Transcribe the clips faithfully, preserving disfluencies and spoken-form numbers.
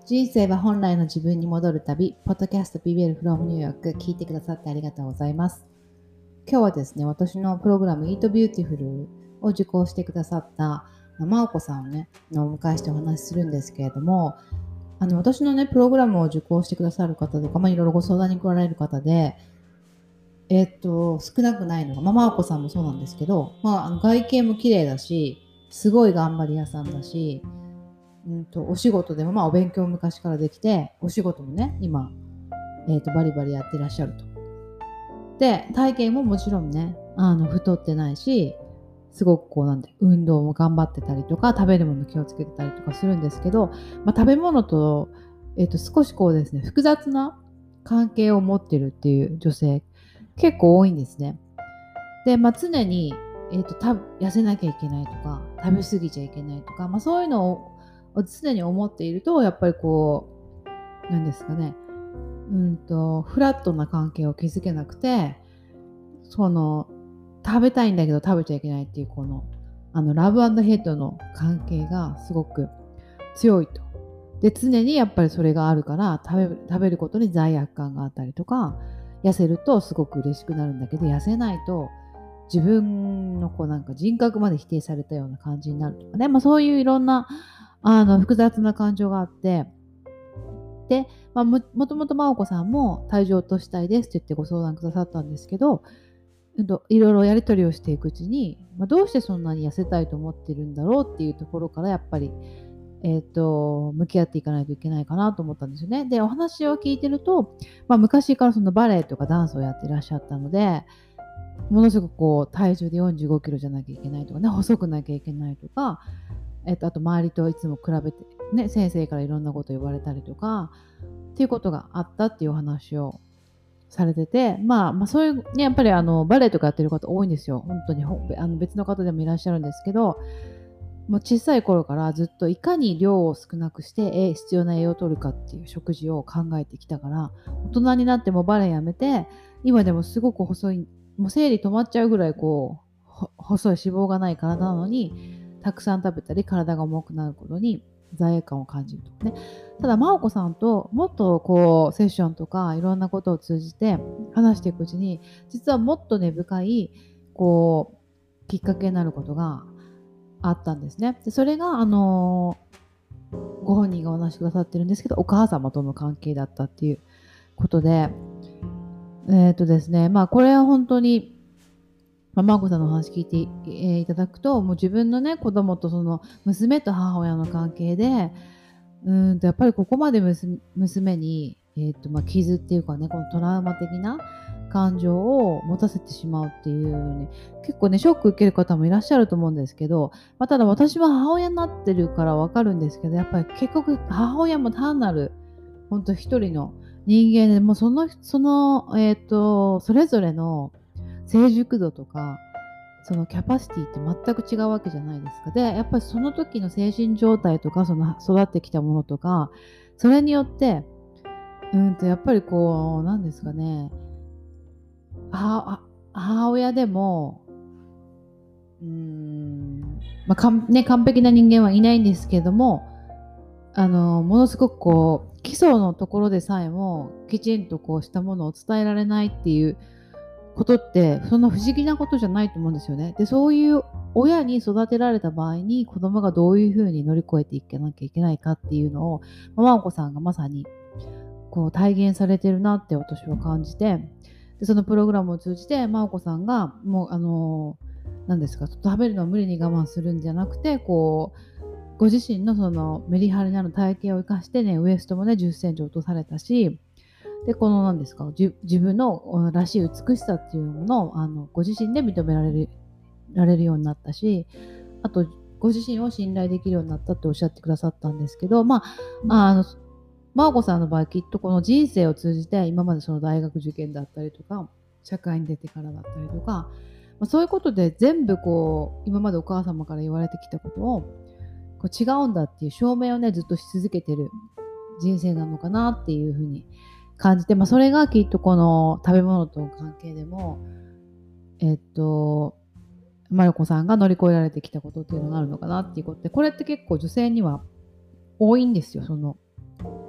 人生は本来の自分に戻る旅、ポッドキャスト ビービーエル from ニューヨーク、聞いてくださってありがとうございます。今日はですね、私のプログラム Eat Beautiful を受講してくださった真央子さんをね、お迎えしてお話しするんですけれども、あの私のね、プログラムを受講してくださる方とか、まあ、いろいろご相談に来られる方で、えっと、少なくないのが、まあ、真央子さんもそうなんですけど、まあ、あの外見も綺麗だし、すごい頑張り屋さんだし、うんと、お仕事でもまあお勉強も昔からできて、お仕事もね今、えー、とバリバリやってらっしゃると。で体型ももちろんね、あの太ってないし、すごくこうなんで運動も頑張ってたりとか、食べるもの気をつけてたりとかするんですけど、まあ、食べ物と,、えー、と少しこうですね複雑な関係を持ってるっていう女性結構多いんですね。で、まあ、常に、えー、とた痩せなきゃいけないとか、食べ過ぎちゃいけないとか、まあ、そういうのを常に思っていると、やっぱりこうなんですかね、うんとフラットな関係を築けなくて、その食べたいんだけど食べちゃいけないっていうこのあのラブ&ヘッドの関係がすごく強いと。で常にやっぱりそれがあるから食べる、食べることに罪悪感があったりとか、痩せるとすごく嬉しくなるんだけど、痩せないと自分のこうなんか人格まで否定されたような感じになるとかね、まあ、そういういろんなあの複雑な感情があって、で、まあ、も, もともと真央子さんも体重を落としたいですって言ってご相談くださったんですけど、いろいろやり取りをしていくうちに、まあ、どうしてそんなに痩せたいと思ってるんだろうっていうところからやっぱり、えー、と向き合っていかないといけないかなと思ったんですよね。でお話を聞いてると、まあ、昔からそのバレエとかダンスをやってらっしゃったので、ものすごくこう体重でよんじゅうごキロじゃなきゃいけないとかね、細くなきゃいけないとか、えっと、あと周りといつも比べて、ね、先生からいろんなこと言われたりとかっていうことがあったっていうお話をされてて、まあ、まあそういうね、やっぱりあのバレエとかやってる方多いんですよ。本当にほあの別の方でもいらっしゃるんですけど、もう小さい頃からずっといかに量を少なくしてえ必要な栄養を取るかっていう食事を考えてきたから、大人になってもバレエやめて、今でもすごく細い、もう生理止まっちゃうぐらいこう細い脂肪がない体なのに、たくさん食べたり体が重くなることに罪悪感を感じるとかね。ただ真央子さんともっとこうセッションとかいろんなことを通じて話していくうちに、実はもっと根深いこうきっかけになることがあったんですね。でそれがあのー、ご本人がお話しくださってるんですけど、お母様との関係だったっていうことで、えっ、ー、とですね、まあこれは本当に、まあ、真央子さんのお話聞いて い,、えー、いただくと、もう自分のね子供とその娘と母親の関係で、うーんとやっぱりここまで 娘, 娘に、えーとまあ、傷っていうかね、このトラウマ的な感情を持たせてしまうっていうのに、結構ねショック受ける方もいらっしゃると思うんですけど、まあ、ただ私は母親になってるからわかるんですけど、やっぱり結局母親も単なる本当一人の人間で、もうそのそのえっ、とそれぞれの成熟度とかそのキャパシティって全く違うわけじゃないですか。でやっぱりその時の精神状態とか、その育ってきたものとか、それによってうんとやっぱりこうなんですかね、母母親でもうーん、まあかんね、完璧な人間はいないんですけども、あのものすごくこう基礎のところでさえもきちんとこうしたものを伝えられないっていうことって、そんな不思議なことじゃないと思うんですよね。でそういう親に育てられた場合に、子供がどういうふうに乗り越えていかなきゃいけないかっていうのを、まお子さんがまさにこう体現されてるなって私は感じて、でそのプログラムを通じて真央子さんがもうあの何ですか、食べるのを無理に我慢するんじゃなくて、こうご自身のそのメリハリのある体型を生かしてね、ウエストもねじゅっセンチ落とされたし、でこの何ですか、自分のらしい美しさっていうものをあのご自身で認められるられるようになったし、あとご自身を信頼できるようになったっておっしゃってくださったんですけど、まああの真央子さんの場合、きっとこの人生を通じて今までその大学受験だったりとか、社会に出てからだったりとか、まあ、そういうことで全部こう今までお母様から言われてきたことをこう違うんだっていう証明をねずっとし続けてる人生なのかなっていうふうに感じて、まあ、それがきっとこの食べ物との関係でもえっと真由子さんが乗り越えられてきたことっていうのがあるのかなっていうことで、これって結構女性には多いんですよ。その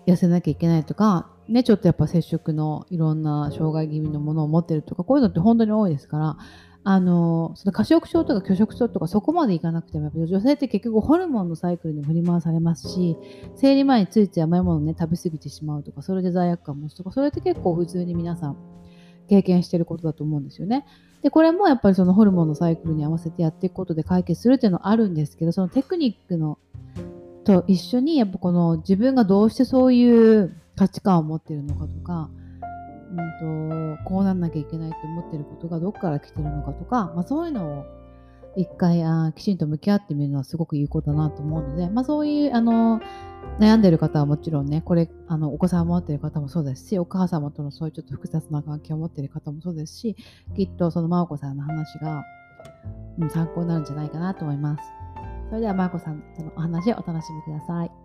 痩せなきゃいけないとか、ね、ちょっとやっぱ摂食のいろんな障害気味のものを持ってるとか、こういうのって本当に多いですから、あの、その過食症とか拒食症とかそこまでいかなくても、やっぱり女性って結局ホルモンのサイクルに振り回されますし、生理前についつい甘いものをね、食べ過ぎてしまうとか、それで罪悪感を持つとか、それって結構普通に皆さん経験してることだと思うんですよね。で、これもやっぱりそのホルモンのサイクルに合わせてやっていくことで解決するっていうのはあるんですけど、そのテクニックのと一緒にやっぱこの自分がどうしてそういう価値観を持っているのかとか、うんとこうなんなきゃいけないと思っていることがどこから来てるのかとか、まあ、そういうのを一回あきちんと向き合ってみるのはすごくいいことだなと思うので、まあ、そういうあの悩んでる方はもちろんね、これあのお子さんを持っている方もそうですし、お母様とのそういうちょっと複雑な関係を持っている方もそうですし、きっとその真央子さんの話が、うん、参考になるんじゃないかなと思います。それでは真央子さんとのお話をお楽しみください。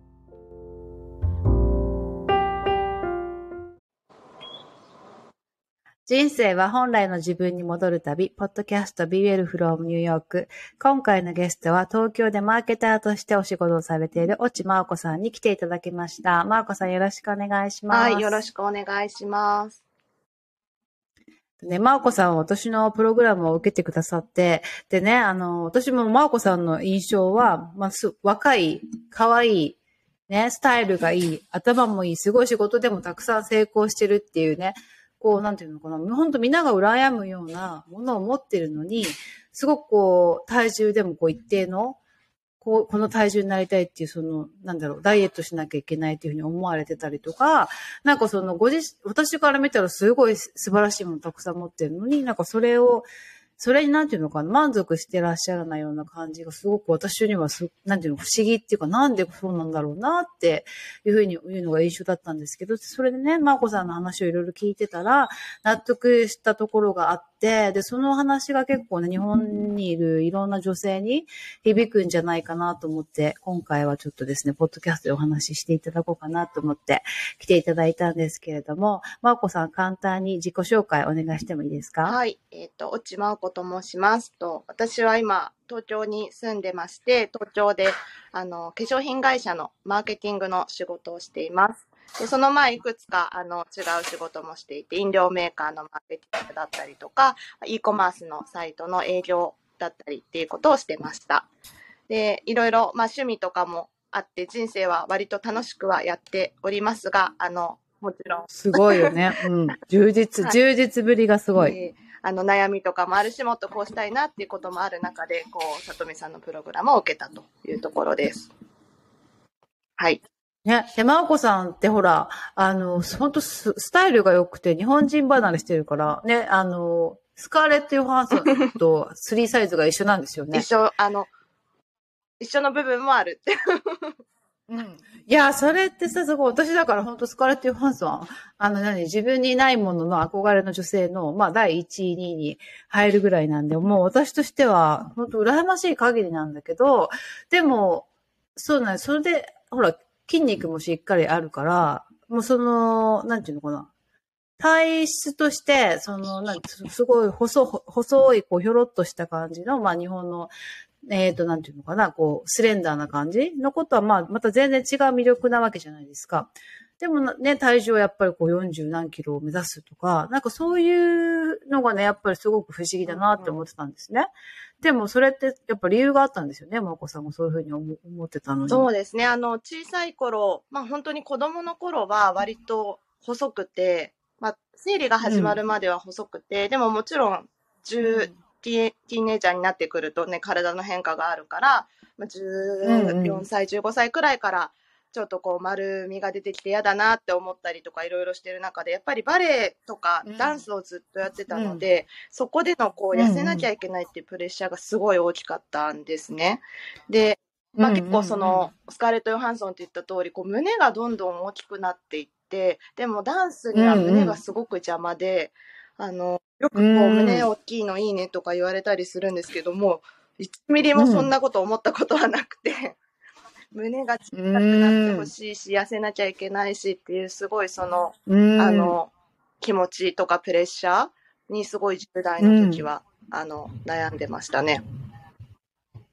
人生は本来の自分に戻る旅、ポッドキャスト Be Well from New York。今回のゲストは東京でマーケターとしてお仕事をされている越智真央子さんに来ていただきました。真央子さんよろしくお願いします。 はい、よろしくお願いします。 ね、真央子さんは私のプログラムを受けてくださって、でね、あの、私も真央子さんの印象は、まあ、す若い、可愛い、ね、スタイルがいい、頭もいい、すごい仕事でもたくさん成功してるっていうね、こう、なんていうのかな、本当みんなが羨むようなものを持ってるのに、すごくこう、体重でもこう一定の、こう、この体重になりたいっていう、その、なんだろう、ダイエットしなきゃいけないっていうふうに思われてたりとか、なんかその、ご自、私から見たらすごい素晴らしいものたくさん持ってるのに、なんかそれを、それになんていうのかな、満足してらっしゃらないような感じがすごく私にはす、なんていうの、不思議っていうか、なんでそうなんだろうなっていうふうに言うのが印象だったんですけど、それでね、マーコさんの話をいろいろ聞いてたら、納得したところがあって、で、その話が結構ね、日本にいるいろんな女性に響くんじゃないかなと思って、今回はちょっとですね、ポッドキャストでお話ししていただこうかなと思って来ていただいたんですけれども、マーコさん簡単に自己紹介お願いしてもいいですか？ はい、えっ、と、越智真央子と申しますと、私は今、東京に住んでまして、東京で、あの、化粧品会社のマーケティングの仕事をしています。で、その前いくつか、あの、違う仕事もしていて、飲料メーカーのマーケティングだったりとか、e コマースのサイトの営業だったりっていうことをしてました。で、いろいろ、まあ、趣味とかもあって、人生は割と楽しくはやっておりますが、あの、もちろん。 すごいよね。うん。充実、充実ぶりがすごい。 で、あの、悩みとかもあるし、もっとこうしたいなっていうこともある中で、こう、さとみさんのプログラムを受けたというところです。はい。 ね、で、まおこさんってほら、あの、ほんとススタイルが良くて日本人離れしてるから、ね、あの、スカーレット・ヨハンソンとスリーサイズが一緒なんですよね。 一緒、あの、一緒の部分もあるって。 うん。いや、それってさ、すごい、私だから本当スカーレット・ヨハンソン、あの何、自分にないものの憧れの女性の、まあ、だいいちい、にいに入るぐらいなんで、もう私としては、本当羨ましい限りなんだけど、でも、そうなんです。それで、ほら、筋肉もしっかりあるから、もうその、なんていうのかな。体質として、その、なんすごい細、細い、こう、ひょろっとした感じの、まあ、日本の、えっと、なんていうのかな、こう、スレンダーな感じのことは、まあ、また全然違う魅力なわけじゃないですか。でもね、体重はやっぱりこうよんじゅう何キロを目指すとか、なんかそういうのがね、やっぱりすごく不思議だなって思ってたんですね。うんうん、でもそれってやっぱ理由があったんですよね、まこさんもそういうふうに思ってたのに。 そうですね。あの、小さい頃、まあ本当に子供の頃は割と細くて、まあ、生理が始まるまでは細くて、うん、でももちろん、じゅう、うん、ティーネイジャーになってくるとね、体の変化があるから、まあ、じゅうよんさい、じゅうごさいくらいから、ちょっとこう丸みが出てきて嫌だなって思ったりとかいろいろしてる中で、やっぱりバレエとかダンスをずっとやってたので、うん、そこでのこう痩せなきゃいけないっていうプレッシャーがすごい大きかったんですね。で、まあ、結構その、スカーレット・ヨハンソンって言った通り、こう胸がどんどん大きくなっていって、でもダンスには胸がすごく邪魔で、うんうん、あの、よくこう胸大きいのいいねとか言われたりするんですけども、いちミリもそんなこと思ったことはなくて、うん、胸が小さくなってほしいし、痩せなきゃいけないしっていう、すごいその、あの、気持ちとかプレッシャーにすごいじゅう代の時は、あの、悩んでましたね。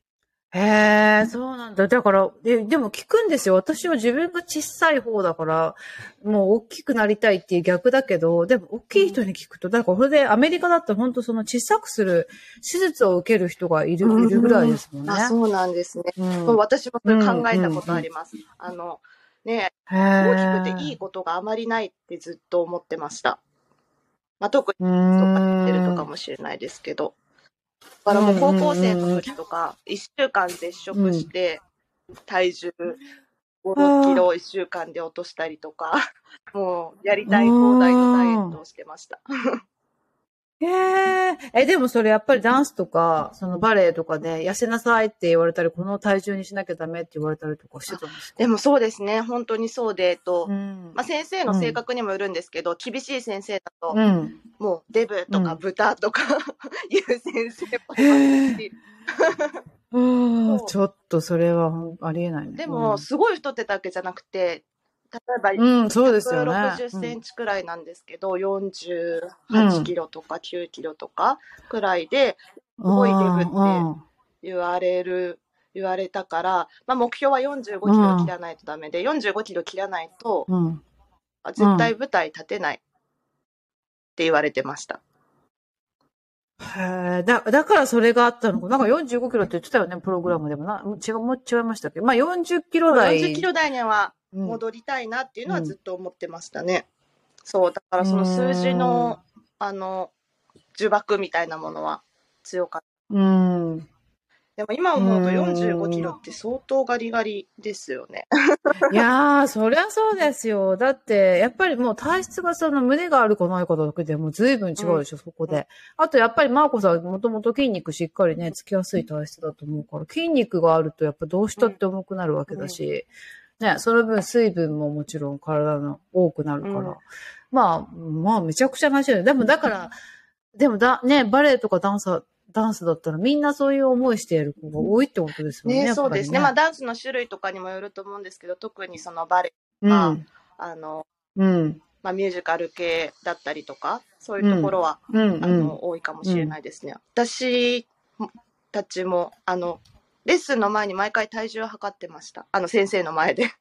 へえ、そうなんだ。だから、で、でも聞くんですよ。私は自分が小さい方だから、もう大きくなりたいっていう逆だけど、でも大きい人に聞くと、だからこれでアメリカだって本当その小さくする手術を受ける人がいる、いるぐらいうん。 ですもんあ、 ね。 そうなんですね。 うん。 そう、私もそれうん、うん、 考えたことうん。 あります。あの、ね、 へ大きくていいえ。 ことがあまりないってずっと思ってました。まあ、特にうーとか言ってるとん。うん、 かもしれないですけど。だかうん、 らもう高校生のうん、うん。 時とか、いっしゅうかん絶食しうん。 て、体重ご、ろっキあロいっしゅうかんで落としたりとか、もうやりあ、 たい放題のダイエッうん。 トをしてました。 へえ。え、でもそれやっぱりダンスとか、そのバレエとかで痩せなさいって言われたり、この体重にしなきゃダメって言われたりとかしてあ、 たんですか？ でもそうですね、本当にそうで、えっと、 うん。 まあ、先生の性うん。 格にもよるんですけど、厳しい先生だと、 うん。 もうデブとかうん。 豚とかいう先生もへいますえ。 し、 ああ、 そちょっとそれはほんありえないう。 ね。 でも、 うん。 すごい太ってたわけじゃなくて、例えばうん、そうですよ 160 ね。 セうん。 ンチくらいなんですけど、48キうん。 ロとかきゅうキロとかくらいで、すごいデブってあ言われる、言われたから、まあ、目標は45キあ、 ロうん。 切らないとダメで、よんじゅうごキロ切らないと、 うん。 あうん。 絶対舞台立てないって言われてました。 へえ、だ、だからそれがあったのか。なんかよんじゅうごキロって言ってたよね、プログラムでもな。違う、もう違いましたっけ？まあよんじゅっキロそう、40キ台。 ロ台にはうん。 戻りたいなっていうのはずっうん。 と思ってましたね。そう、だかうらその数字ーん。 の、あの、呪縛みたいなものは強かった。 うーん。うでも今ー思うとよんじゅうごキロっん。 て相当ガリガリですよね。 いやー、そりゃそうですよ。だって、やっぱりもう体質がその胸があるかないかだけでもう随分違うん。 うでしょ、そこで。あとやっぱりマーコさんもともと筋肉しっかりね、つきやすい体質だと思うから、筋肉があるとやっぱどうしうん。 たって重くなるわけうん。 だし、ね、その分水分ももちろん体の多くなるうん。 から。まあ、まあめちゃくちゃな話だよ。でもだから、でもだ、ね、バレエとかダンサー、ダンスだったらみんなそういう思いしている子が多いってことですもんね、 ね、やっそうですね。まあぱりね。 ダンスの種類とかにもよると思うんですけど、特にそのバレエとか、 うん、 あの、 うん、 まあミュージカル系だったりとか、そういううん、 ところは、 うん、 あうん。 の、多いかもしれなうん。 いですね。私たちも、あの、レッスンの前に毎回体重を測ってました。あの、先生の前で。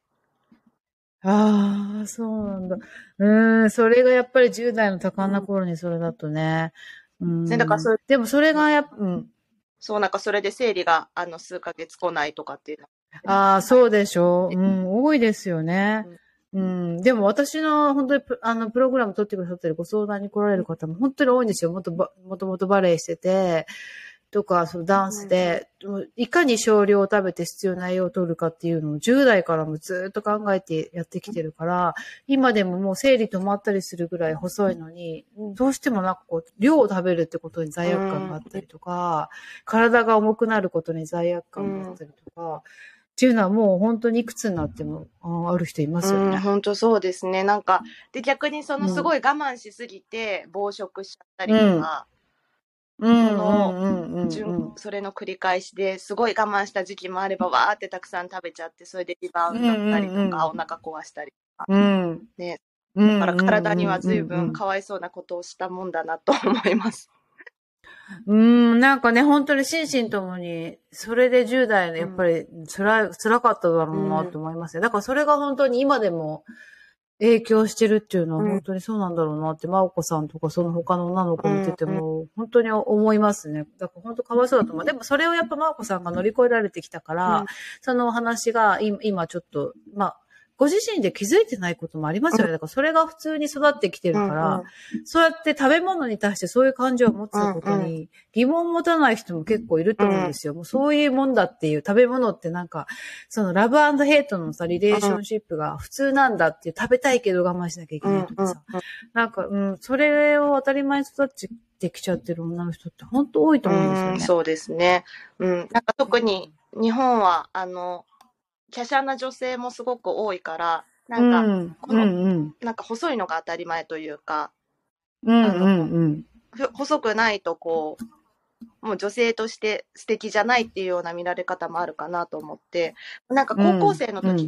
ああ、そうなんだ。うーん、それがやっぱりじゅう代の多感な頃にそれだとね。うーね、だからん。 そう、 でもそれがやっぱ、うん。 そう、なんかそれで生理が、あの、数ヶ月来ないとかっていうの。 ああ、そうでしょう。うん、多いですよね。 うん。 うん。でも私の本当にプあの、プログラム取ってくださってるご相談に来られる方も本当に多いんですよ。もとば、もともとバレエしてて、とか、そのダンうん。 スで、いかに少量を食べて必要な栄養を取るかっていうのをじゅう代からもずっと考えてやってきてるから、今でももう生理止まったりするぐらい細いのに、どうしてもなんかこう、量を食べるってことに罪悪感があったりとか、体が重くなることに罪悪うん。 感があったりとか、っていうのはもう本当にいくつになってもあある人いまうん、 すよね。 本当そうですね。なんか、で、逆にそのすうん。 ごい我慢しすぎて暴食しちゃったりうん。 とか、 うん、うその、 ん、うん、うん、 順うん。 それの繰り返しですごい我慢した時期もあれば、わーってたくさん食べちゃって、それでリバウうん、 ンドしたりとか、おうん、 腹壊したりとか、 うん。うん、 ね。 うん、 だから体にうん、うん、 は随うん。 分かわいそうなことをしたもんだなと思います。 うーん、なんかね、本当に心身ともに、それでじゅう代のうん。 やっぱり辛い、辛かっただろううなとん。 思いますね。だからそれが本当に今でも影響してるっていうのはうん。 本当にそうなんだろうなって、真央子さんとかその他の女の子見てうん。 ても、本当に思いますね。だから本当かわいそうだと思う。でもそれをやっぱ真央子さんが乗り越えられてきたから、 うん。 そのお話がい今ちょっと、まあ、ご自身で気づいてないこともありますよね。だからそれが普通に育ってきてうん。 るから、 うん。 そうやって食べ物に対してそういう感情を持つこうん。 とに疑問を持たない人も結構いると思うんでうん。 すよ。もうそういうもんだっていう、食べ物ってなんか、そのラブ&ヘイトのさ、リレーションシップが普通なんだっていう、食べたいけど我慢しなきゃいけうん。うん。 ないとかさ。なんか、うん、それを当たり前に育ってきちゃってる女の人って本当多いと思うんですうん。 よね。 そうですね。うん。なんかう特に日本は、あの、華奢な女性もすごく多いから、なんか、 ん、うん、 この、 うん。 なんか細いのが当たり前というか、 うん、 あの、 うん、うん。 ふ細くないとこう、もう女性として素敵じゃないっていうような見られ方もあるかなと思って、なんかうん、 高校生のうん、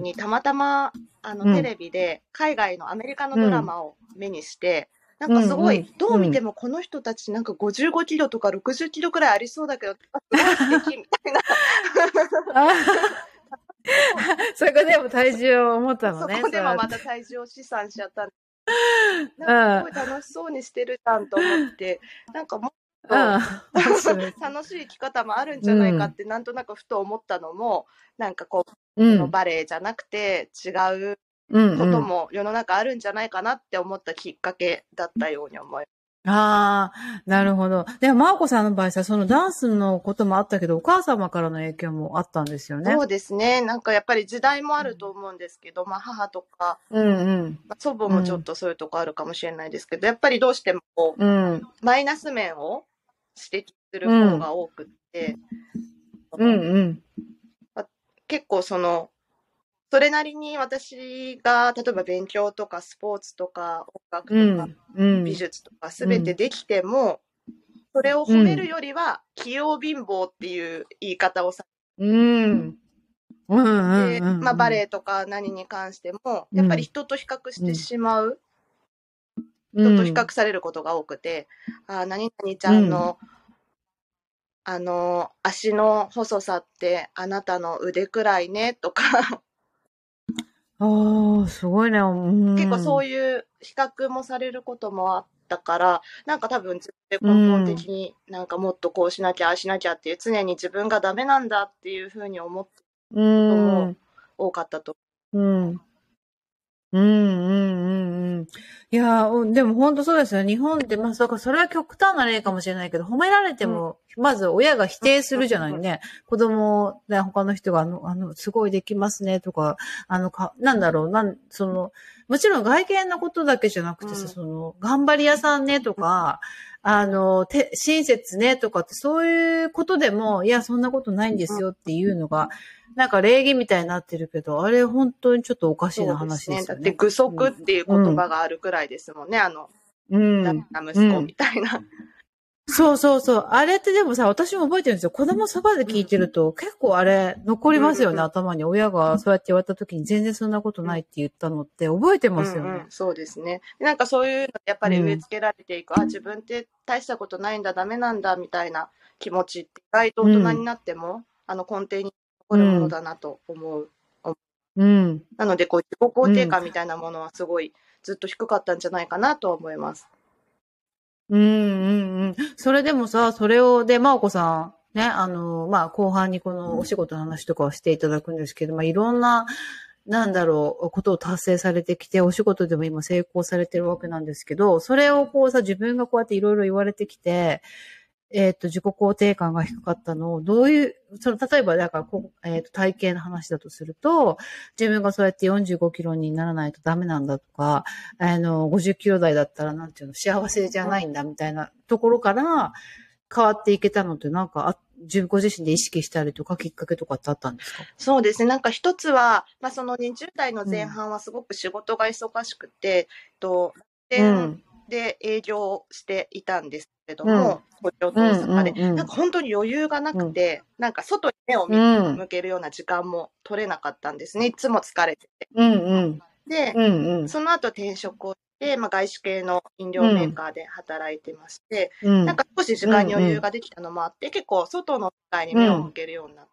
時にたまたま、あの、テうん、 レビで海外のアメリカのうん、 ドラマを目にして、 なんかすごい、 うんうん、 どう見てもこの人たちなんかごじゅうごキロとかろくじゅっキロくらいありそうだけど、すごい素敵みたいな。 それがでも体重を思ったのね。 そこでもまた体重を試算しちゃったんで。なんかすごい楽しそうにしてるじゃんと思って、なんかもっと楽しい生き方もあるんじゃないかってなんとなくふと思ったのも、なんかこう、うん、バレエじゃなくて違うことも世の中あるんじゃないかなって思ったきっかけだったように思います。 ああ、なるほど。でも、マーコさんの場合さ、そのダンスのこともあったけど、お母様からの影響もあったんですよね。 そうですね。なんかやっぱり時代もあると思うんですけど、まあ母とか、 うんうんまあ、祖母もちょっとそういうとこあるかもしれないですけど、やっぱりどうしてもこう、うん、マイナス面を指摘する方が多くって、 うんうん、 まあ、結構その、それなりに私が例えば勉強とかスポーツとか音楽とか美術とか全てできても、それを褒めるよりは器用貧乏っていう言い方をされて、うんで、まあ、バレエとか何に関してもやっぱり人と比較してしまう、人と比較されることが多くて、あ、何々ちゃんの、あの足の細さってあなたの腕くらいねとかああ、すごいね、うん。 結構そういう比較もされることもあったから、なんか多分自分で根本的になんかもっとこうしなきゃああしなきゃっていう、常に自分がダメなんだっていうふうに思ってることも多かったと。 うんうんうんうんうん。いやー、でも本当そうですよ。日本って、まあ、そうか、それは極端な例かもしれないけど、褒められても、うん、まず親が否定するじゃないね。子供、ね、他の人が、あの、あの、すごいできますね、とか、あの、か、なんだろう、なん、その、もちろん外見のことだけじゃなくてさ、うん、その、頑張り屋さんね、とか、あの、て、親切ね、とかって、そういうことでも、いや、そんなことないんですよっていうのが、なんか礼儀みたいになってるけど、あれ本当にちょっとおかしいな話ですよね。 そうですね。だって具足っていう言葉があるくらいですもんね、うん、あの、うん、息子みたいな、うん。 そうそうそう。あれってでもさ、私も覚えてるんですよ。子供そばで聞いてると、うん、結構あれ残りますよね、うんうん、頭に。親がそうやって言われた時に全然そんなことないって言ったのって覚えてますよね。うんうん、 そうですね。なんかそういうのやっぱり植え付けられていく、うん、あ、自分って大したことないんだ、ダメなんだみたいな気持ちって意外と大人になっても、うん、あの根底に残るものだなと思う。 うん、 なのでこう自己肯定感みたいなものはすごいずっと低かったんじゃないかなと思います。 うんうんうん。それでもさ、それをで、まおこさん、ね、あの、まあ、後半にこのお仕事の話とかをしていただくんですけど、まあ、いろんな、なんだろう、ことを達成されてきて、お仕事でも今成功されてるわけなんですけど、それをこうさ、自分がこうやっていろいろ言われてきて、えっと、自己肯定感が低かったのを、どういう、その、例えば、だからこう、えっと、体型の話だとすると、自分がそうやってよんじゅうごキロにならないとダメなんだとか、あの、ごじゅっキロ台だったら、なんていうの、幸せじゃないんだみたいなところから変わっていけたのって、なんか、あ、自分ご自身で意識したりとか、きっかけとかってあったんですか？ そうですね。なんか一つは、まあ、そのにじゅう代の前半はすごく仕事が忙しくて、うん、と、楽で営業していたんですけども、東京と大阪で、うんうんうん、なんか本当に余裕がなくて、うん、なんか外に目を向けるような時間も取れなかったんですね。いつも疲れてて。 うんうん、 で、うんうん、その後転職をして、まあ、外資系の飲料メーカーで働いてまして、うん、なんか少し時間に余裕ができたのもあって、うんうん、結構外の世界に目を向けるようになって、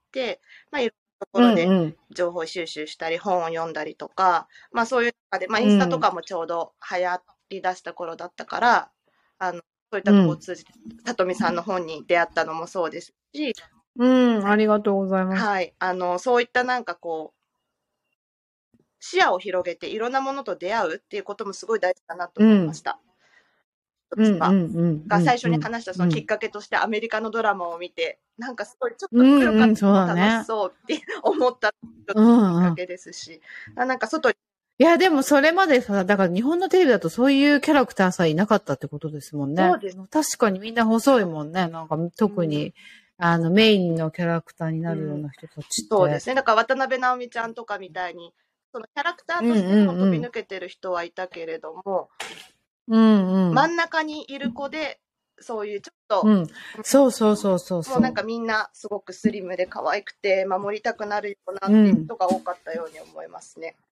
うん、まあ、いろんなところで情報収集したり、本を読んだりとか、まあそういう中で、まあインスタとかもちょうど流行り出した頃だったから、あの、そういったところを通じて、さとみさんの本に出会ったのもそうですし、 うん、ありがとうございます。 はい。あの、そういったなんかこう、視野を広げていろんなものと出会うっていうこともすごい大事だなと思いました。うん、が、うん、最初に話したそのきっかけとしてアメリカのドラマを見て、なんかすごいちょっと黒かったの楽しそうって思ったきっかけですし、うんうん、なんか外に。 いや、でもそれまでさ、だから日本のテレビだとそういうキャラクターさえいなかったってことですもんね。 そうです。 確かにみんな細いもんね。なんか特に、うん、あのメインのキャラクターになるような人たちって。うん、 そうですね。だから渡辺直美ちゃんとかみたいに、そのキャラクターとしても飛び抜けてる人はいたけれども、 うんうん、 真ん中にいる子で、そういうちょっと、 うん、そうそうそうそうそう。 もうなんかみんなすごくスリムで可愛くて守りたくなるようなっていう人が多かったように思いますね。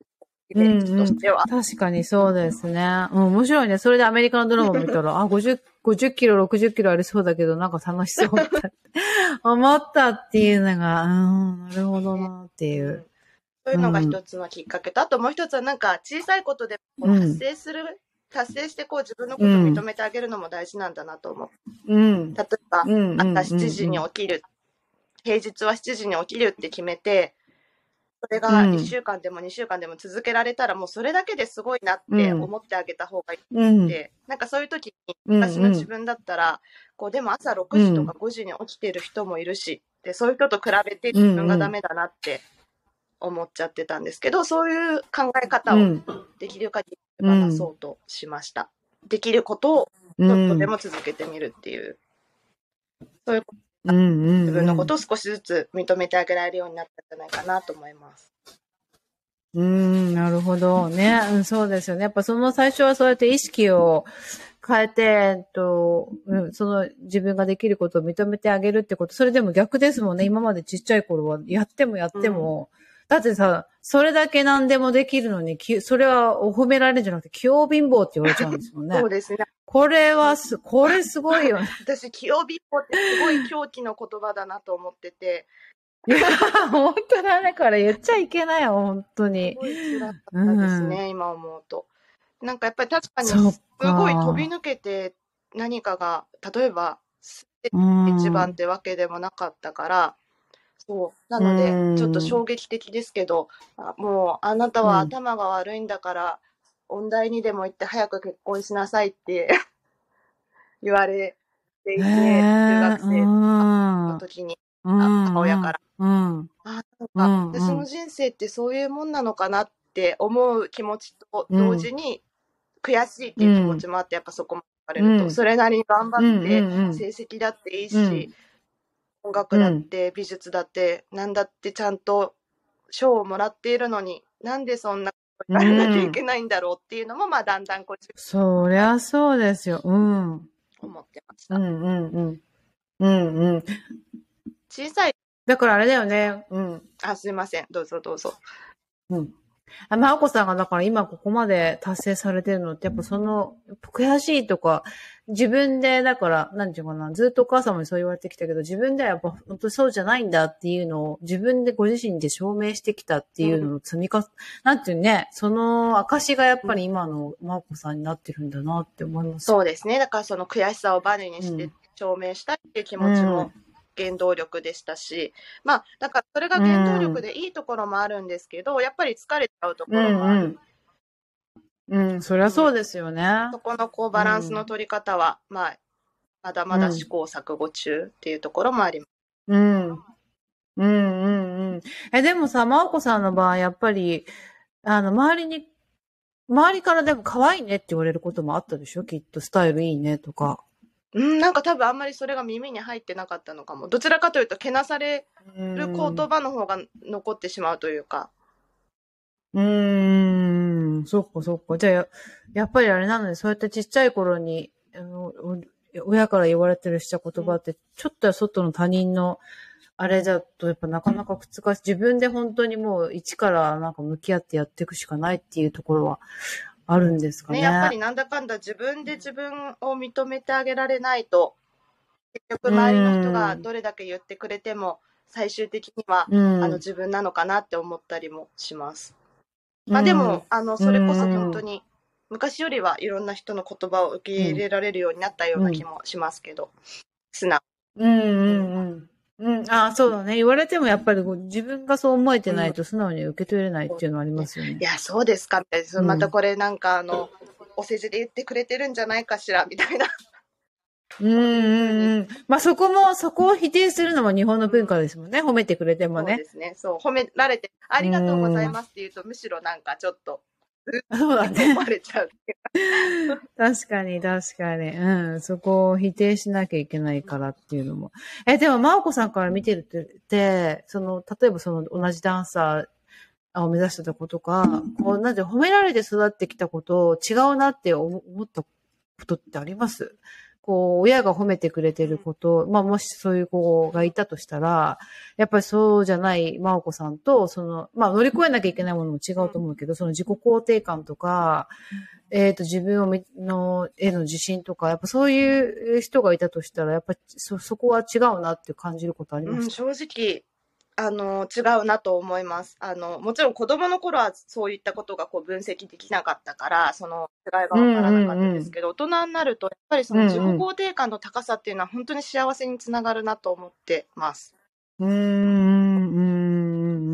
イメージとしては。 うんうん、確かにそうですね。うん、面白いね。それでアメリカのドラマ見たら、あ、ごじゅう、ごじゅっキロ、ろくじゅっキロありそうだけど、なんか楽しそうだ思ったっていうのが、うん、なるほどなっていう。うんそういうのが一つのきっかけと、あともう一つはなんか小さいことで達成する、うん、達成してこう自分のことを認めてあげるのも大事なんだなと思う。うん、例えば、うん、朝しちじに起きる、平日はしちじに起きるって決めて、それがいっしゅうかんでもにしゅうかんでも続けられたら、もうそれだけですごいなって思ってあげた方がいいって、うん、なんかそういう時に昔の自分だったら、こうでも朝ろくじとかごじに起きてる人もいるし、でそういう人と比べて自分がダメだなって思っちゃってたんですけど、そういう考え方をできる限り手放そうとしました。うん、できることをちょっとでも続けてみるっていう、うん、そういうことが自分のことを少しずつ認めてあげられるようになったんじゃないかなと思います。 うーん、なるほどね、うん。そうですよね。やっぱその最初はそうやって意識を変えて、えっと、うん、その自分ができることを認めてあげるってこと、それでも逆ですもんね。今までちっちゃい頃はやってもやっても、うん、だってさ、それだけ何でもできるのに、それは褒められるんじゃなくて、器用貧乏って言われちゃうんですもんね。 そうですね。 これはす、これすごいよね。 私、器用貧乏ってすごい狂気の言葉だなと思ってて。 いや、本当だね。これ言っちゃいけないよ、本当に。 すごい辛かったですね、うん、今思うと。なんかやっぱり確かにすごい飛び抜けて何かが、例えば、一番ってわけでもなかったから、そう。なので、ちょっと衝撃的ですけど、もう、あなたは頭が悪いんだから、音大にでも行って早く結婚しなさいって言われていて、中学生の時に、母親から。うん、あ、なんか、私の人生ってそういうもんなのかなって思う気持ちと同時に、悔しいっていう気持ちもあって、やっぱそこまで言われると、うん、それなりに頑張って、成績だっていいし、うん音楽だって美術だって何だってちゃんと賞をもらっているのになんでそんなことやらなきゃいけないんだろうっていうのも、まあだんだんこうそりゃそうですよ。うん。 思ってました。 うんうんうん。うんうん。 小さい。 だからあれだよね。うん。 あ、すいません。どうぞどうぞ。 うん。あ、まあこさんがだから今ここまで達成されてるのって、やっぱその、悔しいとか、自分で、だから、なんていうかな、ずっとお母様にそう言われてきたけど、自分ではやっぱ本当にそうじゃないんだっていうのを、自分でご自身で証明してきたっていうのの積み重ね、うん、なんていうね、その証がやっぱり今のまこさんになってるんだなって思います。 そうですね。だからその悔しさをバネにして証明したいっていう気持ちも、うん原動力でしたし、まあ、だからそれが原動力でいいところもあるんですけど、うん、やっぱり疲れちゃうところもある。 うん、うん、うん、そりゃそうですよね。 うん、そこのこうバランスの取り方は、うん、まあ、まだまだ試行錯誤中っていうところもあります。 うん。うんうんうん。え、でもさ、まおこさんの場合、やっぱり、あの、周りに、周りからでも可愛いねって言われることもあったでしょきっとスタイルいいねとか。 うん、なんか多分あんまりそれが耳に入ってなかったのかも。どちらかというと、けなされる言葉の方が残ってしまうというか。 うーん、そっかそっか。じゃあ、やっぱりあれなので、そうやってちっちゃい頃に、あの、親から言われてるした言葉って、うん、ちょっとは外の他人の、あれだとやっぱなかなか難しい。自分で本当にもう一からなんか向き合ってやっていくしかないっていうところはあるんですかね。 ね、やっぱりなんだかんだ自分で自分を認めてあげられないと、結局周りの人がどれだけ言ってくれても、最終的には、うん、あの自分なのかなって思ったりもします。まあでも、あの、それこそ本当に、昔よりはいろんな人の言葉を受け入れられるようになったような気もしますけど、素直。 うんうんうん。うん、ああ、そうだね。言われてもやっぱり自分がそう思えてないと素直に受け取れないっていうのはありますよね。 うん、いや、そうですかみたいな。またこれなんかあの、お世辞で言ってくれてるんじゃないかしらみたいな。 うんうんうん。まあそこも、そこを否定するのも日本の文化ですもんね。褒めてくれてもね。 そうですね。そう。褒められて、ありがとうございますって言うと、むしろなんかちょっと、 そうだね。 思われちゃう。 確かに、確かに。うん。そこを否定しなきゃいけないからっていうのも。え、でも、まおこさんから見てるって、その、例えばその同じダンサーを目指してた子とか、こう、なんて褒められて育ってきたことを違うなって思ったことってあります？ こう、親が褒めてくれてること、まあ、もしそういう子がいたとしたら、やっぱりそうじゃない真央子さんと、その、まあ、乗り越えなきゃいけないものも違うと思うけど、その自己肯定感とか、えっと、自分をみの、への自信とか、やっぱそういう人がいたとしたら、やっぱりそ、そこは違うなって感じることありまうん、 した。 正直、あの、違うなと思います。あの、もちろん子供の頃はそういったことがこう分析できなかったから、その違いがうんわからなかったうんですけど、大人になると、やっぱりそうん。 の自己うんうん。 肯定感の高さっていうのは本当に幸せにつながるなと思ってます。 うーん、うん、うん、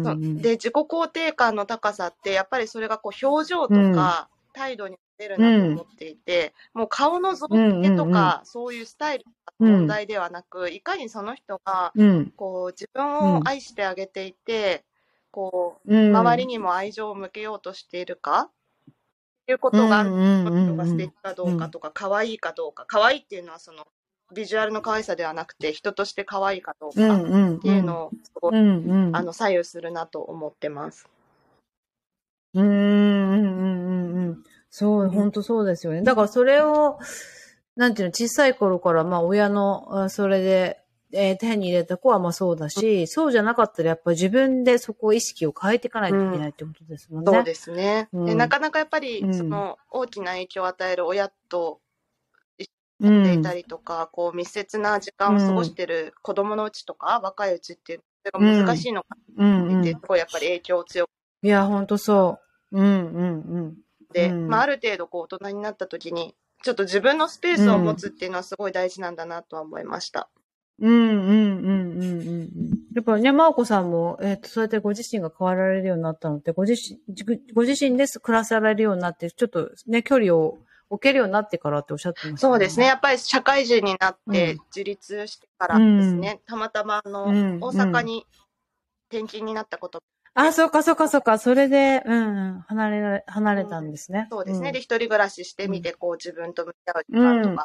そううん。 で、自己肯定感の高さって、やっぱりそれがこう表情うん、 とか態度に出るうん、 なと思っていて、もう顔の造うん、 形とうん、 か、そういうスタイルうん、 の問題ではなく、いかにその人が、 うん、 こう、自分うん、 を愛してあげていて、こうう、周りん、 にも愛情を向けようとしているかっていうこうん、 とが、そのうん、 人が素うん、 敵かどうん、 うかとか、可愛いかどうか、可愛いっていうのはその、ビジュアルの可愛さではなくて、人として可愛いかどうかうん、うん、 っていうのを、すごい、 うん、うん、 あの、左右するなと思ってます。 うん、うん、うん、そう、本当そうですよね。だからそれを、なんていうの、小さい頃から、まあ親の、あそれで、えー手に入れた子はまあそうだし、そうじゃなかったらやっぱり自分でそこを意識を変えていかないといけうん、 ないってことですもんね。 そうですね。で、なうん、 かなかやっぱり、 うん、 その、大きな影響を与える親と一緒にうん、 住んでいたりとか、こう、密接な時間を過ごしうん、 てる子供のうちとか、若いうちっていううのが難しん、 いのかうん、 なっていて、 うん。 すごいやっぱり影響を強くいや、ほんとそう。うん、うん、うて、まあ、 ん。 ある程度こう、大人になった時に、ちょっと自分のスペーうん、 スを持うん、 つっていうのはすごい大事なんだなとは思いました。 うん、うん、うん、うん。うんやっぱね、まおこさんも、えっと、そうやってご自身が変わられるようになったのって、ご自身、じご自身で暮らされるようになって、ちょっとね、距離を置けるようになってからっておっしゃってましたそうですね。 もんね。 やっぱり社会人になっうん、 て自立してかうらですん、 ね、たまたまあの、 うん、 大うん。 阪に転勤になったことあ、 で、 そっかそっかそっか。それで、うん、うん離れられ、離れうん、 たんですね。 そうですね。 うん、 で、一人暮らししてうん、 みて、こう自分と向き合う時うん、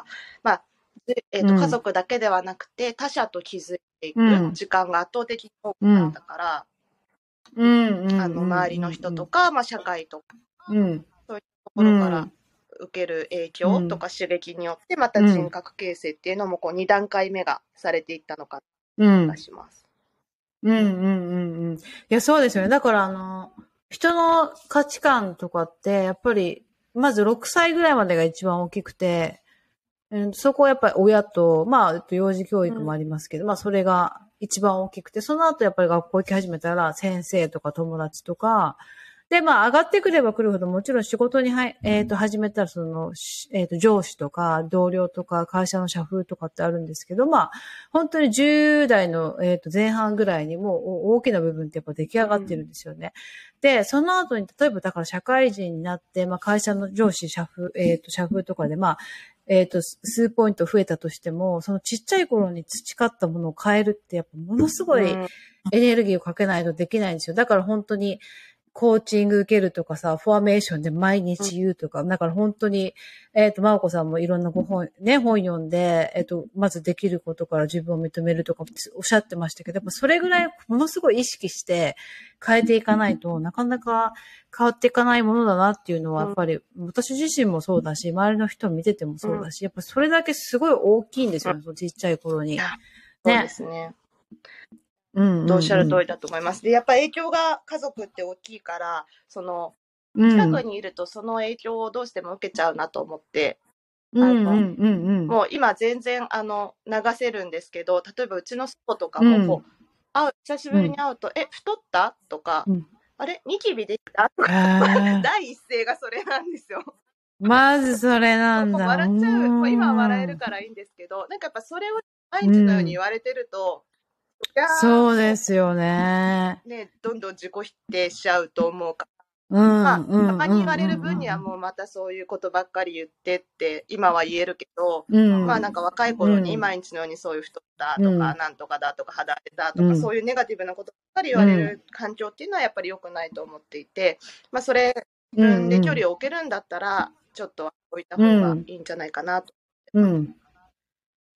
間とか、まあ、でえっと、家うん、 族だけではなくて、他者と気づいていうん、 く時間が圧倒的に多くなっうん、 たから、 うん、うあの、周りの人とん、 か、まあ、社会とか、 うん、 そういうとこうろからん、 受ける影うん、 響とか刺激によって、またうん、 人格形成っていうのも、こう、二段階目がされていったのかなうん。 気がします。 うんうんうんうん。いや、そうですよね。だからあの、人の価値観とかって、やっぱり、まずろくさいぐらいまでが一番大きくて、うん、そこはやっぱり親と、まあ、幼児教育もありますけど、まあ、それが一番大きくて、その後やっぱり学校行き始めたら、先生とか友達とか、で、まあ、上がってくれば来るほど、もちろん仕事には、えっ、と、始めたら、その、しえっ、と、上司とか、同僚とか、会社の社風とかってあるんですけど、まあ、本当にじゅう代の、えっ、と、前半ぐらいにもう大きな部分ってやっぱ出来上がってるんですよね。で、その後に、例えばだから社会人になって、まあ、会社の上司、社風、えっ、と、社風とかで、まあ、えっ、と、数ポイント増えたとしても、そのちっちゃい頃に培ったものを変えるって、やっぱものすごいうんエネルギーをかけないとできないんですよ。だから本当に、コーチング受けるとかさ、フォーメーションで毎日言うとか、だから本当に、えっ、と、まおこさんもいろんなご本、ね、本読んで、えっ、と、まずできることから自分を認めるとかおっしゃってましたけど、やっぱそれぐらいものすごい意識して変えていかないとなかなか変わっていかないものだなっていうのは、やっぱり私自身もそうだし、周りの人を見ててもそうだし、やっぱそれだけすごい大きいんですよね、そのちっちゃい頃に。 そうでね。 すね。 うんうとおっしゃるんうん。 通りだと思います。で、やっぱ影響が家族って大きいから、その、近くうん。 にいるとその影響をどうしても受けちゃうなと思って、 うんうんうんうん。 もう今全然あの流せるんですけど、例えばうちの祖母とかうんもこう、会う、久しぶりに会うと、え、太ったとか、 うん。 あれニキビできたとか、 へ第一声がそれなんですよ。 まずそれなそうんだ。う笑っちゃう。まあ、今は笑えるーん。 からいいんですけど、なんかやっぱそれを毎う日のようにん。 言われてると、いやそうー、もですよね。 うね、どんどん自己否定しちゃうと思うから。 うまあ、 んうんたまに言われるうんう分にはんもうまたそういうことばっかり言ってって今は言えるけど、 うん。 まあなんか若い頃に毎日のようにそういう太ったとか、 うんなんとかだとか肌荒れだとか、 うんそういうネガティブなことばっかり言うんわれる環境っていうのはやっぱり良くないと思っていて、まあそれ自うん分で距うん離を置けるんだったら、ちょっと置いたう方がんいいんじゃないかなとう思います。 ん。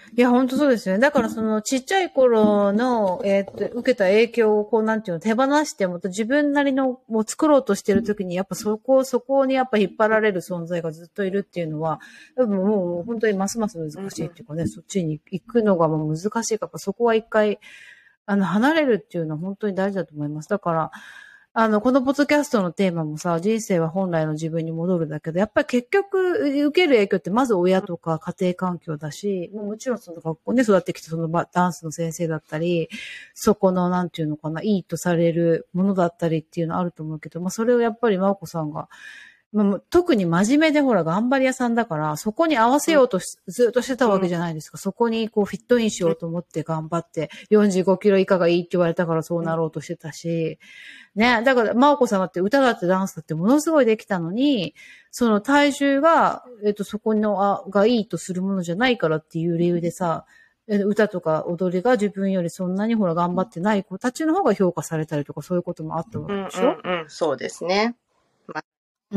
いや、本当そうですね。だからそのちっちゃい頃の、えーっと、受けた影響をこう、なんていうの、手放してもっと自分なりのを作ろうとしてるときに、やっぱそこ、そこにやっぱ引っ張られる存在がずっといるっていうのは、多分もう本当にますます難しいっていうかね、そっちに行くのがもう難しいから、そこは一回、あの、離れるっていうのは本当に大事だと思います。だから、あの、このポッドキャストのテーマもさ、人生は本来の自分に戻るだけど、やっぱり結局、受ける影響ってまず親とか家庭環境だし、もちろんその学校で育ってきたそのダンスの先生だったり、そこのなんていうのかな、いいとされるものだったりっていうのあると思うけど、まあそれをやっぱり真央子さんが、まあ、特に真面目でほら頑張り屋さんだから、そこに合わせようとし、ずっとしてたわけじゃないですか。そこにこうフィットインしようと思って頑張って、よんじゅうごキロ以下がいいって言われたからそうなろうとしてたし、ね、だから、真央子さんだって歌だってダンスだってものすごいできたのに、その体重が、えっと、そこの、あ、がいいとするものじゃないからっていう理由でさ、歌とか踊りが自分よりそんなにほら頑張ってない子たちの方が評価されたりとかそういうこともあったわけでしょ？ うんうんうん、そうですね。まあ、 うん。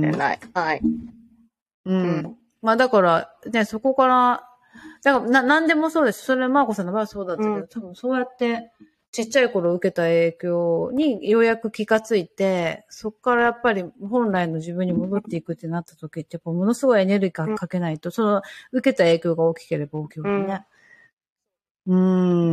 ない。はい。 うん。うん、まあだから、ね、そこから、だからな、なんでもそうです。それは真央子さんの場合はそうだったけど、うん、多分そうやって、ちっちゃい頃受けた影響にようやく気がついて、そこからやっぱり本来の自分に戻っていくってなった時って、やっぱものすごいエネルギーかけないと、その受けた影響が大きければ大きいほどね。うん。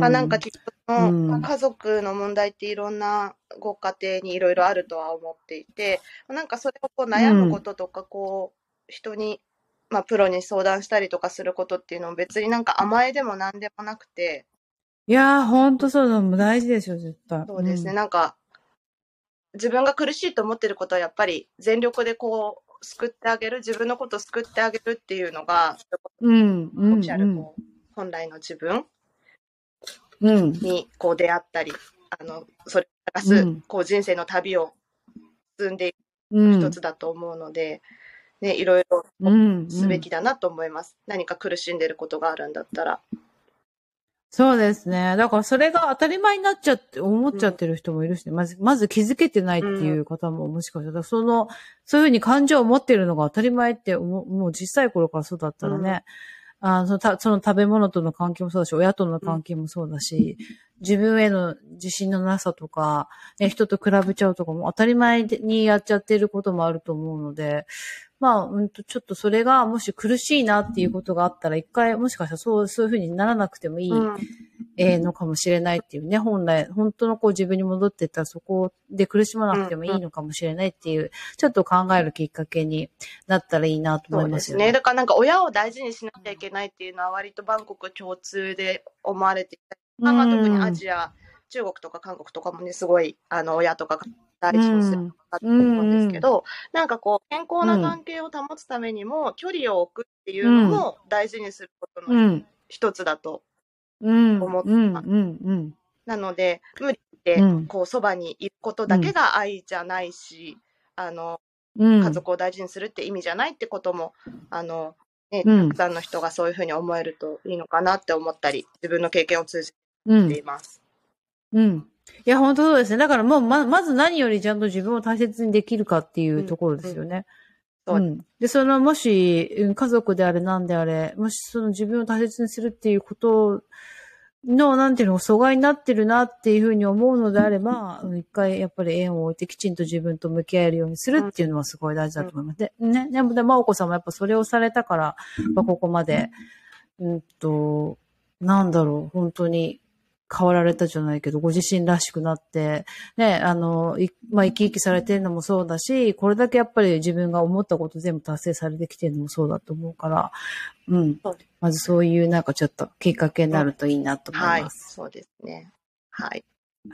まあなんかきっと、うん、家族の問題っていろんなご家庭にいろいろあるとは思っていて、なんかそれをこう悩むこととか、こう、人に、まあプロに相談したりとかすることっていうのも別になんか甘えでもなんでもなくて、 いやー、ほんとそうだ、もう大事ですよ、絶対。 そうですね、うん、なんか、自分が苦しいと思ってることはやっぱり全力でこう、救ってあげる、自分のことを救ってあげるっていうのが、 うん、うん、 オフィシャルこう、本来の自分うんにこう出会ったり、あの、それを探す、うん、こう人生の旅を進んでいく一つだと思うので、ね、いろいろすべきだなと思います。うんうん、何か苦しんでることがあるんだったら。 そうですね。だからそれが当たり前になっちゃって、思っちゃってる人もいるし、ね、うん、まず、まず気づけてないっていう方ももしかしたら、その、そういうふうに感情を持ってるのが当たり前ってもう、もう小さい頃からそうだったらね、うん、あそのた、その食べ物との関係もそうだし、親との関係もそうだし、うん、自分への自信のなさとか、ね、人と比べちゃうとかも当たり前にやっちゃってることもあると思うので、まあ、うんと、ちょっとそれがもし苦しいなっていうことがあったら、一回もしかしたらそう、そういうふうにならなくてもいい、うん、えー、のかもしれないっていうね、本来、本当のこう自分に戻っていったらそこで苦しまなくてもいいのかもしれないっていう、うん、ちょっと考えるきっかけになったらいいなと思いますよね。 そうですね。だからなんか親を大事にしなきゃいけないっていうのは割と万国共通で思われていたり、うん、まあ特にアジア、中国とか韓国とかもね、すごい、あの、親とか大事にするかと思うんですけど、うんうん、なんかこう、健康な関係を保つためにも、距離を置くっていうのも大事にすることの一つだと思ってます。なので、無理って、こう、そばにいることだけが愛じゃないし、うん、あの、家族を大事にするって意味じゃないってことも、あの、ね、たくさんの人がそういうふうに思えるといいのかなって思ったり、自分の経験を通じています。 うん。うんいや、本当そうですね。だからもう、ま、まず何よりちゃんと自分を大切にできるかっていうところですよね。うん。うん、で、その、もし、家族であれ何であれ、もしその自分を大切にするっていうことの、なんていうの、阻害になってるなっていうふうに思うのであれば、一回やっぱり縁を置いてきちんと自分と向き合えるようにするっていうのはすごい大事だと思います。で、ね、でも、で、真央子さんもやっぱそれをされたから、まあ、ここまで、うんと、なんだろう、本当に、変わられたじゃないけど、ご自身らしくなって、ね、あの、まあ、生き生きされてるのもそうだし、これだけやっぱり自分が思ったこと全部達成されてきてるのもそうだと思うから、うん。まずそういうなんかちょっときっかけになるといいなと思います。はい、 そうですね。はい。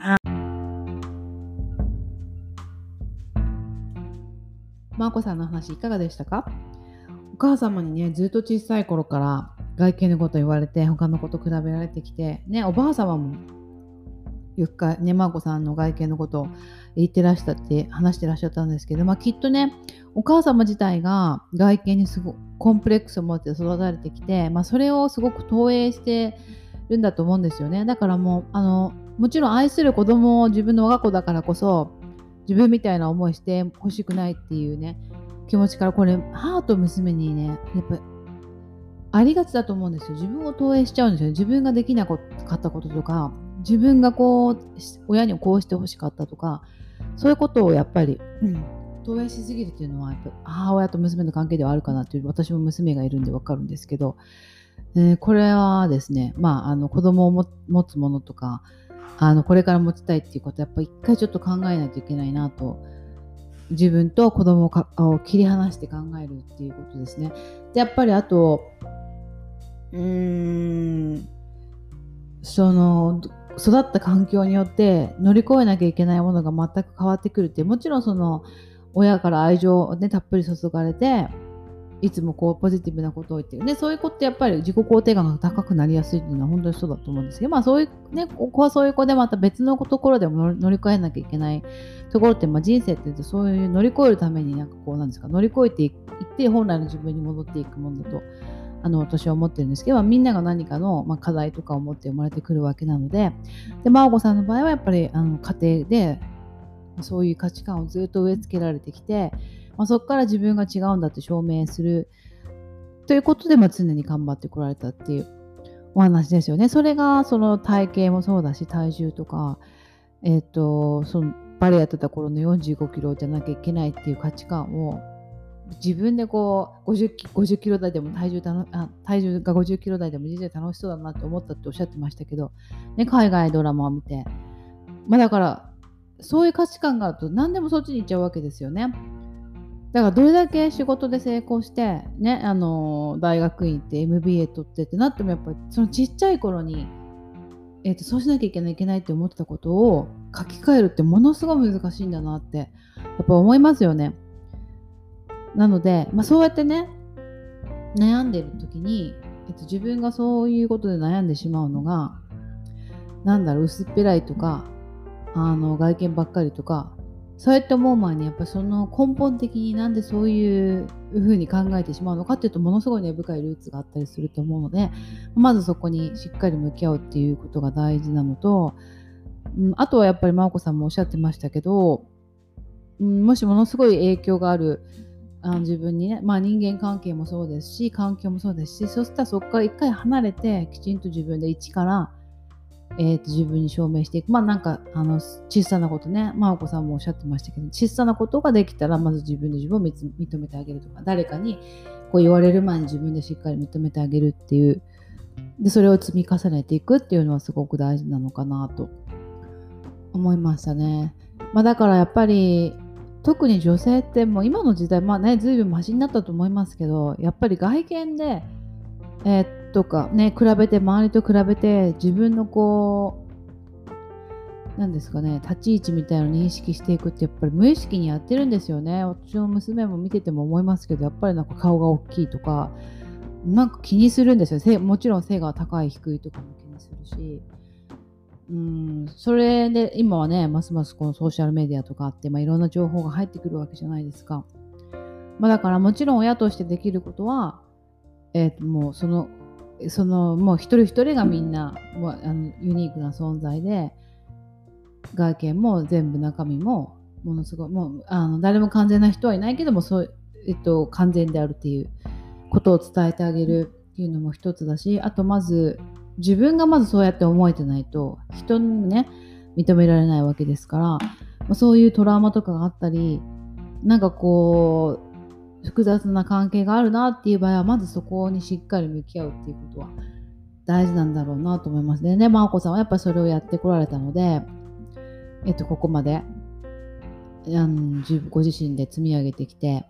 まーこさんの話いかがでしたか？お母様にね、ずっと小さい頃から外見のこと言われて他のこと比べられてきてね、おばあ様もゆっかねまーこさんの外見のことを言ってらしたって話してらっしゃったんですけど、まあきっとねお母様自体が外見にすごくコンプレックスを持って育たれてきて、まあそれをすごく投影してるんだと思うんですよね。だからもうあのもちろん愛する子供を自分の我が子だからこそ自分みたいな思いして欲しくないっていうね気持ちから、これ母と娘にねやっぱありがちだと思うんですよ。自分を投影しちゃうんですよね。自分ができなかったこととか、自分がこう親にこうしてほしかったとか、そういうことをやっぱり、うん、投影しすぎるっていうのはやっぱり母親と娘の関係ではあるかなっていう、私も娘がいるんでわかるんですけど、えーこれはですね、まあ、あの子供をも持つものとか、あのこれから持ちたいっていうことはやっぱり一回ちょっと考えないといけないなと、自分と子供をかを切り離して考えるっていうことですね。でやっぱりあとうーんその育った環境によって乗り越えなきゃいけないものが全く変わってくるって、もちろんその親から愛情を、ね、たっぷり注がれていつもこうポジティブなことを言ってる、ね、そういう子ってやっぱり自己肯定感が高くなりやすいっていうのは本当にそうだと思うんですけど、まあそういう、ね、子はそういう子でまた別のところでも乗り越えなきゃいけないところって、まあ、人生ってそういう乗り越えるためになんかこうなんですか乗り越えていって本来の自分に戻っていくものだとあの私は思ってるんですけど、みんなが何かの、まあ、課題とかを持って生まれてくるわけなので、で真央子さんの場合はやっぱりあの家庭でそういう価値観をずっと植え付けられてきて、まあ、そこから自分が違うんだって証明するということで、まあ、常に頑張ってこられたっていうお話ですよね。それがその体型もそうだし、体重とか、えっとそのバレエやってた頃のよんじゅうごキロじゃなきゃいけないっていう価値観を自分でこうごじゅうキ、ごじゅっキロ台でも体重たのあ体重がごじゅっキロ台でも人生楽しそうだなって思ったっておっしゃってましたけど、ね、海外ドラマを見て、まあ、だからそういう価値観があると何でもそっちに行っちゃうわけですよね。だからどれだけ仕事で成功してね、あの大学院行って エムビーエー 取ってってなってもやっぱりそのちっちゃい頃に、えーと、そうしなきゃいけないいけないって思ってたことを書き換えるってものすごい難しいんだなってやっぱ思いますよね。なので、まあ、そうやってね悩んでる時に、えっと、自分がそういうことで悩んでしまうのがなんだろう薄っぺらいとかあの外見ばっかりとかそうやって思う前にやっぱりその根本的になんでそういう風に考えてしまうのかっていうとものすごい根深いルーツがあったりすると思うので、まずそこにしっかり向き合うっていうことが大事なのと、うん、あとはやっぱり真央子さんもおっしゃってましたけど、うん、もしものすごい影響があるあの自分にね、まあ、人間関係もそうですし環境もそうですし、そしたらそこから一回離れてきちんと自分で一からえー、と自分に証明していく。まあなんかあの小さなことね、真央子さんもおっしゃってましたけど、小さなことができたらまず自分で自分を認めてあげるとか、誰かにこう言われる前に自分でしっかり認めてあげるっていう、でそれを積み重ねていくっていうのはすごく大事なのかなと思いましたね。まあだからやっぱり特に女性ってもう今の時代まあね随分マシになったと思いますけど、やっぱり外見でえー、とかね比べて周りと比べて自分のこうなんですかね立ち位置みたいなのを認識していくってやっぱり無意識にやってるんですよね。私の娘も見てても思いますけど、やっぱりなんか顔が大きいとかなんか気にするんですよ。背もちろん背が高い低いとかも気にするし、うーんそれで今はねますますこのソーシャルメディアとかあって、まあ、いろんな情報が入ってくるわけじゃないですか。まあ、だからもちろん親としてできることはえー、ともうそのそのもう一人一人がみんなもうあのユニークな存在で、外見も全部中身もものすごいもうあの誰も完全な人はいないけどもそう、えっと、完全であるっていうことを伝えてあげるっていうのも一つだし、あとまず自分がまずそうやって思えてないと人にもね認められないわけですから、まあ、そういうトラウマとかがあったりなんかこう複雑な関係があるなっていう場合はまずそこにしっかり向き合うっていうことは大事なんだろうなと思いますね。で、真央子さんはやっぱりそれをやってこられたので、えっと、ここまであのご自身で積み上げてきて、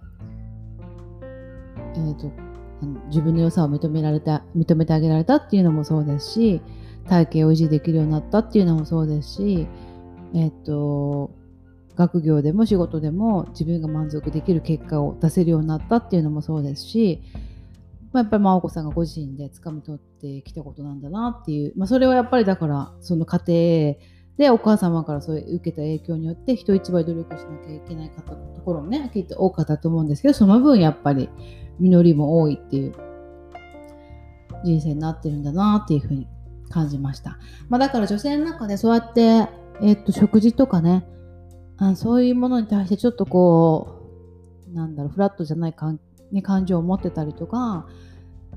えっと、あの自分の良さを認められた認めてあげられたっていうのもそうですし、体型を維持できるようになったっていうのもそうですし、えっと学業でも仕事でも自分が満足できる結果を出せるようになったっていうのもそうですし、まあ、やっぱり真央子さんがご自身で掴み取ってきたことなんだなっていう、まあ、それはやっぱりだからその家庭でお母様からそういう受けた影響によって人一倍努力しなきゃいけない方のところもねきっと多かったと思うんですけど、その分やっぱり実りも多いっていう人生になってるんだなっていうふうに感じました。まあ、だから女性の中でそうやって、えー、っと食事とかねあそういうものに対してちょっとこうなんだろうフラットじゃない感、ね、感情を持ってたりとか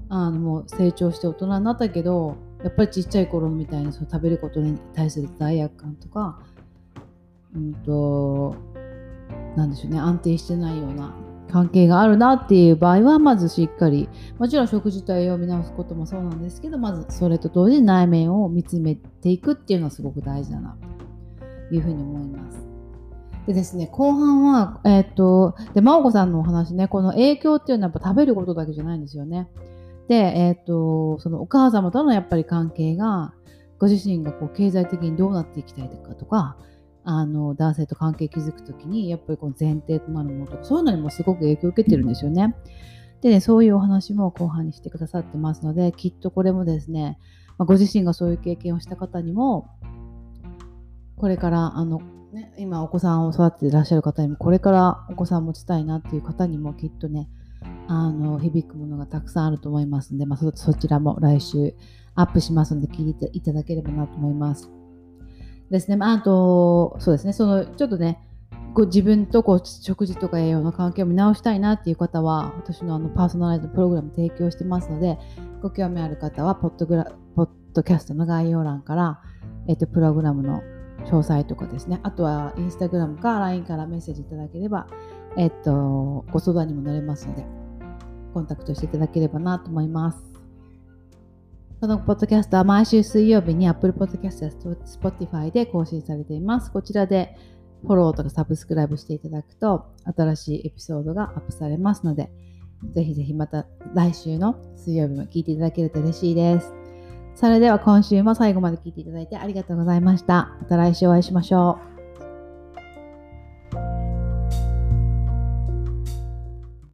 あのもう成長して大人になったけど、やっぱりちっちゃい頃みたいにその食べることに対する罪悪感とか、うんとなんでしょうね、安定してないような関係があるなっていう場合は、まずしっかり、もちろん食事と栄養を見直すこともそうなんですけど、まずそれと同時に内面を見つめていくっていうのはすごく大事だなというふうに思います。でですね、後半は、えっと、で、真央子さんのお話ね、この影響っていうのはやっぱ食べることだけじゃないんですよね。で、えっと、そのお母様とのやっぱり関係が、ご自身がこう経済的にどうなっていきたいかとか、あの男性と関係築くときにやっぱりこの前提となるものとか、そういうのにもすごく影響を受けてるんですよね。でね、そういうお話も後半にしてくださってますので、きっとこれもですね、まあ、ご自身がそういう経験をした方にも、これからあの、ね、今お子さんを育てていらっしゃる方にも、これからお子さんを持ちたいなっていう方にもきっとね、あの響くものがたくさんあると思いますので、まあ、そ, そちらも来週アップしますので聞いていただければなと思います。ですね、まあ、あとそうですね、そのちょっとね、ご自分とこう食事とか栄養の関係を見直したいなっていう方は、私のあのパーソナライズプログラム提供してますので、ご興味ある方はポッドグラポッドキャストの概要欄から、えっと、プログラムの詳細とかですね、あとはインスタグラムか ライン からメッセージいただければ、えっと、ご相談にも乗れますので、コンタクトしていただければなと思います。このポッドキャストは毎週水曜日に Apple Podcast や Spotify で更新されています。こちらでフォローとかサブスクライブしていただくと新しいエピソードがアップされますので、ぜひぜひまた来週の水曜日も聞いていただけると嬉しいです。それでは今週も最後まで聞いていただいてありがとうございました。また来週お会いしましょう。